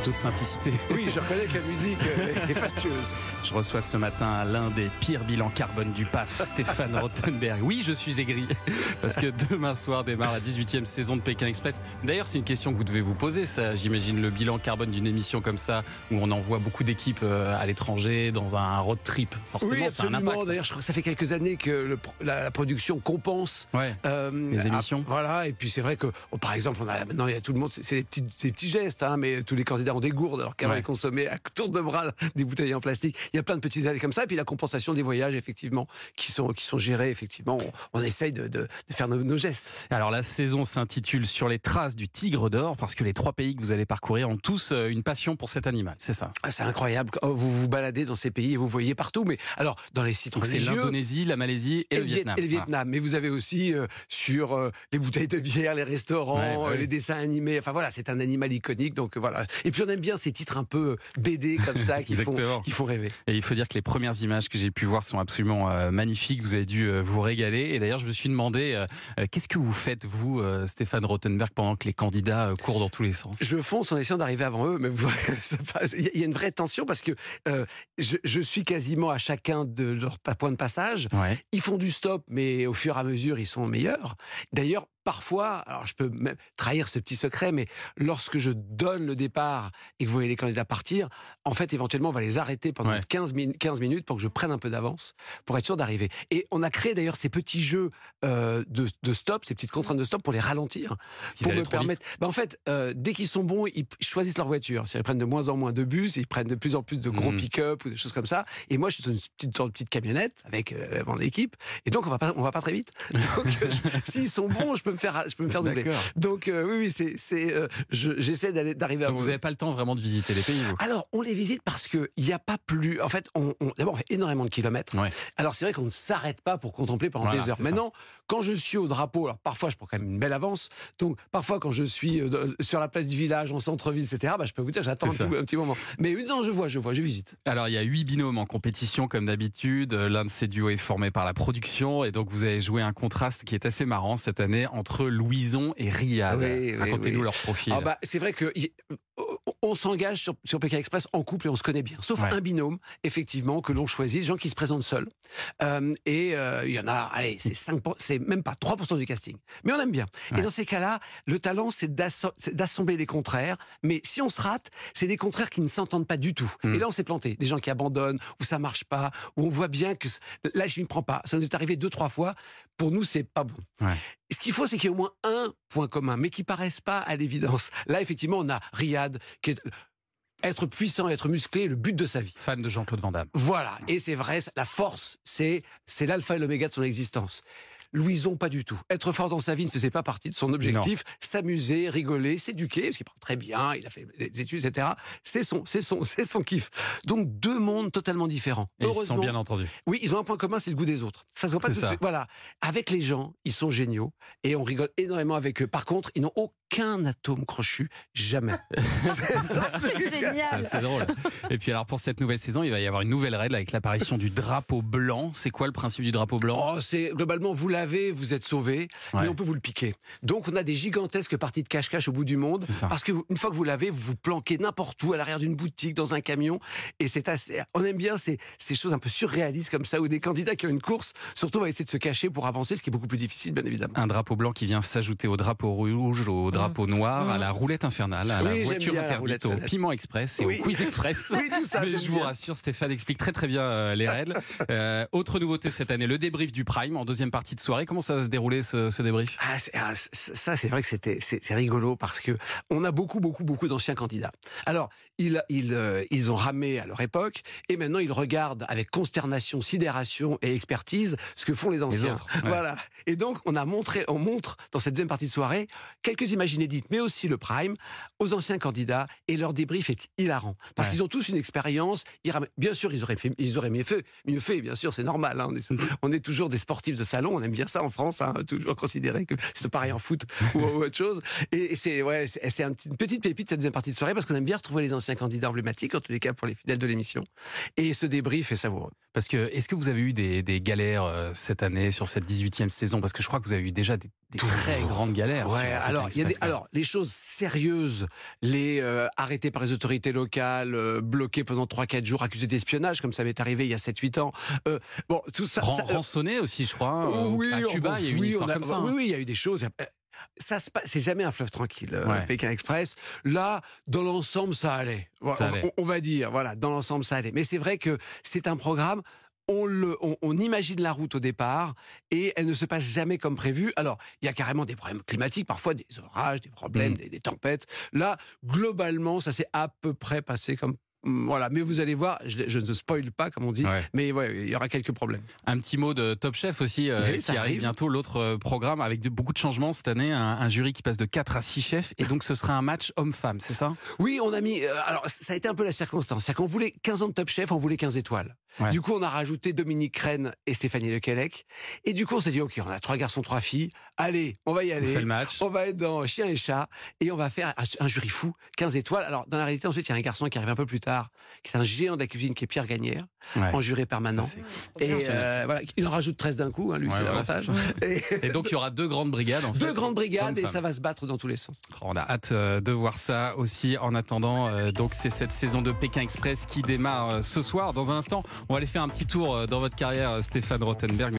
toute simplicité. Oui, je reconnais que la musique est fastueuse. Je reçois ce matin l'un des pires bilans carbone du PAF, Stéphane Rothenberg. Oui, je suis aigri, parce que demain soir démarre la 18e saison de Pékin Express. D'ailleurs, c'est une question que vous devez vous poser, ça, j'imagine, le bilan carbone d'une émission comme ça, où on envoie beaucoup d'équipes à l'étranger, dans un road trip. Forcément, Oui, c'est un absolument. impact. D'ailleurs, je crois que ça fait quelques années que la production compense Les émissions. Voilà, et puis c'est vrai que, par exemple, maintenant, il y a tout le monde, c'est des petits gestes, hein, mais tous les candidats ont des gourdes, alors qu'avant, ils consommaient à tour de bras des bouteilles en plastique. Il y a plein de petits détails comme ça, et puis la compensation des voyages, effectivement, qui sont gérés, effectivement. On essaye de faire nos gestes. Alors la saison s'intitule Sur les traces du tigre d'or, parce que les 3 pays que vous allez parcourir ont tous une passion pour cet animal, c'est ça? Ah, c'est incroyable. Vous vous baladez dans ces pays et vous voyez partout, mais alors, dans les sites Donc c'est religieux, l'Indonésie, la Malaisie et le Vietnam. Et le Vietnam. Mais vous avez aussi sur les bouteilles de bière, les restaurants, les dessins animés. Enfin voilà, c'est un animal iconique. Donc voilà. Et puis on aime bien ces titres un peu BD comme ça qui font rêver. Et il faut dire que les premières images que j'ai pu voir sont absolument magnifiques. Vous avez dû vous régaler. Et d'ailleurs, je me suis demandé qu'est-ce que vous faites, vous, Stéphane Rothenberg, pendant que les candidats courent dans tous les sens? Je fonce en essayant d'arriver avant eux, mais il y a une vraie tension parce que je suis quasiment à chacun de leurs points de passage. Ouais. Ils font du stop, mais au fur et à mesure, ils sont meilleurs. D'ailleurs, parfois, alors je peux même trahir ce petit secret, mais lorsque je donne le départ et que vous voyez les candidats partir, en fait, éventuellement, on va les arrêter pendant 15 minutes pour que je prenne un peu d'avance, pour être sûr d'arriver. Et on a créé d'ailleurs ces petits jeux de stop, ces petites contraintes de stop pour les ralentir, pour me permettre... en fait, dès qu'ils sont bons, ils choisissent leur voiture. Ils prennent de moins en moins de bus, ils prennent de plus en plus de gros pick-up ou des choses comme ça. Et moi, je suis sur une petite camionnette avec mon équipe, et donc on va pas très vite. Donc, s'ils sont bons, je peux me faire doubler. Donc oui, j'essaie d'arriver à... Donc vous n'avez pas le temps vraiment de visiter les pays, vous? Alors, on les visite parce qu'il n'y a pas plus... En fait, d'abord, on fait énormément de kilomètres. Ouais. Alors, c'est vrai qu'on ne s'arrête pas pour contempler pendant des heures. Maintenant, quand je suis au drapeau, alors parfois, je prends quand même une belle avance. Donc, parfois, quand je suis sur la place du village, en centre-ville, etc., je peux vous dire, j'attends un petit moment. Mais non, je visite. Alors, il y a 8 binômes en compétition, comme d'habitude. L'un de ces duos est formé par la production. Et donc, vous avez joué un contraste qui est assez marrant cette année entre Louison et Riyad. Racontez-nous leur profil. C'est vrai que on s'engage sur Pékin Express en couple et on se connaît bien. Sauf un binôme, effectivement, que l'on choisit, des gens qui se présentent seuls. Il y en a, allez, c'est même pas 3% du casting. Mais on aime bien. Ouais. Et dans ces cas-là, le talent, c'est d'assembler les contraires. Mais si on se rate, c'est des contraires qui ne s'entendent pas du tout. Et là, on s'est planté. Des gens qui abandonnent, où ça marche pas, où on voit bien que là, je m'y prends pas. Ça nous est arrivé 2-3 fois. Pour nous, c'est pas bon. Ouais. Ce qu'il faut, c'est qu'il y ait au moins un point commun, mais qui paraisse pas à l'évidence. Là, effectivement, on a Riyad, qui est être puissant, être musclé, le but de sa vie. Fan de Jean-Claude Van Damme. Voilà, et c'est vrai, la force, c'est l'alpha et l'oméga de son existence. Louison, pas du tout. Être fort dans sa vie ne faisait pas partie de son objectif. S'amuser, rigoler, s'éduquer, parce qu'il parle très bien, il a fait des études, etc. C'est son kiff. Donc, 2 mondes totalement différents. Et ils se sont bien entendus. Oui, ils ont un point commun, c'est le goût des autres. Ça se voit pas tout de suite. Voilà. Avec les gens, ils sont géniaux et on rigole énormément avec eux. Par contre, ils n'ont aucun atome crochu, jamais. C'est génial. C'est drôle. Et puis alors pour cette nouvelle saison, il va y avoir une nouvelle règle avec l'apparition du drapeau blanc. C'est quoi le principe du drapeau blanc? C'est globalement, vous l'avez, vous êtes sauvé, mais on peut vous le piquer. Donc on a des gigantesques parties de cache-cache au bout du monde, parce qu'une fois que vous l'avez, vous vous planquez n'importe où, à l'arrière d'une boutique, dans un camion, et on aime bien ces choses un peu surréalistes comme ça, où des candidats qui ont une course, surtout, vont essayer de se cacher pour avancer, ce qui est beaucoup plus difficile, bien évidemment. Un drapeau blanc qui vient s'ajouter au drapeau rouge, au drapeau noir, à la roulette infernale, à la voiture interdite, au piment express et au quiz express. Oui, tout ça. Mais je vous rassure, Stéphane explique très très bien les règles. Autre nouveauté cette année, le débrief du Prime en deuxième partie de soirée. Comment ça va se dérouler ce débrief? Ça, c'est vrai que c'est rigolo parce que on a beaucoup d'anciens candidats. Alors, ils ont ramé à leur époque et maintenant ils regardent avec consternation, sidération et expertise ce que font les anciens. Les autres, voilà. Et donc, on montre dans cette deuxième partie de soirée quelques images inédites, mais aussi le Prime aux anciens candidats et leur débrief est hilarant parce qu'ils ont tous une expérience. Bien sûr, ils auraient mieux fait, bien sûr, c'est normal. Hein, on est toujours des sportifs de salon, on aime bien dire ça en France, hein, toujours considéré que c'est pareil en foot ou autre chose. Et c'est une petite pépite cette deuxième partie de soirée parce qu'on aime bien retrouver les anciens candidats emblématiques, en tous les cas pour les fidèles de l'émission. Et ce débrief est savoureux. Parce que, est-ce que vous avez eu des galères cette année sur cette 18e saison? Parce que je crois que vous avez eu déjà des très grandes galères. Ouais, sur alors, Pékin Express, alors, les choses sérieuses, les arrêtés par les autorités locales, bloqués pendant 3-4 jours, accusés d'espionnage, comme ça m'est arrivé il y a 7-8 ans. Bon, tout ça. Rançonné aussi, je crois. À Cuba, il y a eu une histoire comme ça. Oui, il y a eu des choses. Ça c'est jamais un fleuve tranquille, Pékin Express. Là, dans l'ensemble, ça allait. On va dire, voilà, dans l'ensemble, ça allait. Mais c'est vrai que c'est un programme. On imagine la route au départ et elle ne se passe jamais comme prévu. Alors, il y a carrément des problèmes climatiques, parfois des orages, des problèmes, des tempêtes. Là, globalement, ça s'est à peu près passé comme... Voilà, mais vous allez voir, je ne spoil pas comme on dit, mais il y aura quelques problèmes. Un petit mot de Top Chef aussi, qui arrive bientôt, l'autre programme avec beaucoup de changements cette année, un jury qui passe de 4 à 6 chefs, et donc ce sera un match homme-femme, c'est ça? Oui, on a mis, alors ça a été un peu la circonstance, c'est-à-dire qu'on voulait 15 ans de Top Chef, on voulait 15 étoiles. Du coup, on a rajouté Dominique Rennes et Stéphanie Lequelec, et du coup on s'est dit, ok, on a 3 garçons, 3 filles, allez, on va y aller, on fait le match. On va être dans Chien et Chat, et on va faire un jury fou, 15 étoiles. Alors dans la réalité, ensuite, il y a un garçon qui arrive un peu plus tard, qui est un géant de la cuisine, qui est Pierre Gagnère, en juré permanent. Et voilà, il en rajoute 13 d'un coup, hein, lui, c'est l'avantage. Et donc, il y aura 2 grandes brigades. Deux grandes brigades, et ça va se battre dans tous les sens. On a hâte de voir ça aussi. En attendant, donc c'est cette saison de Pékin Express qui démarre ce soir. Dans un instant, on va aller faire un petit tour dans votre carrière, Stéphane Rothenberg.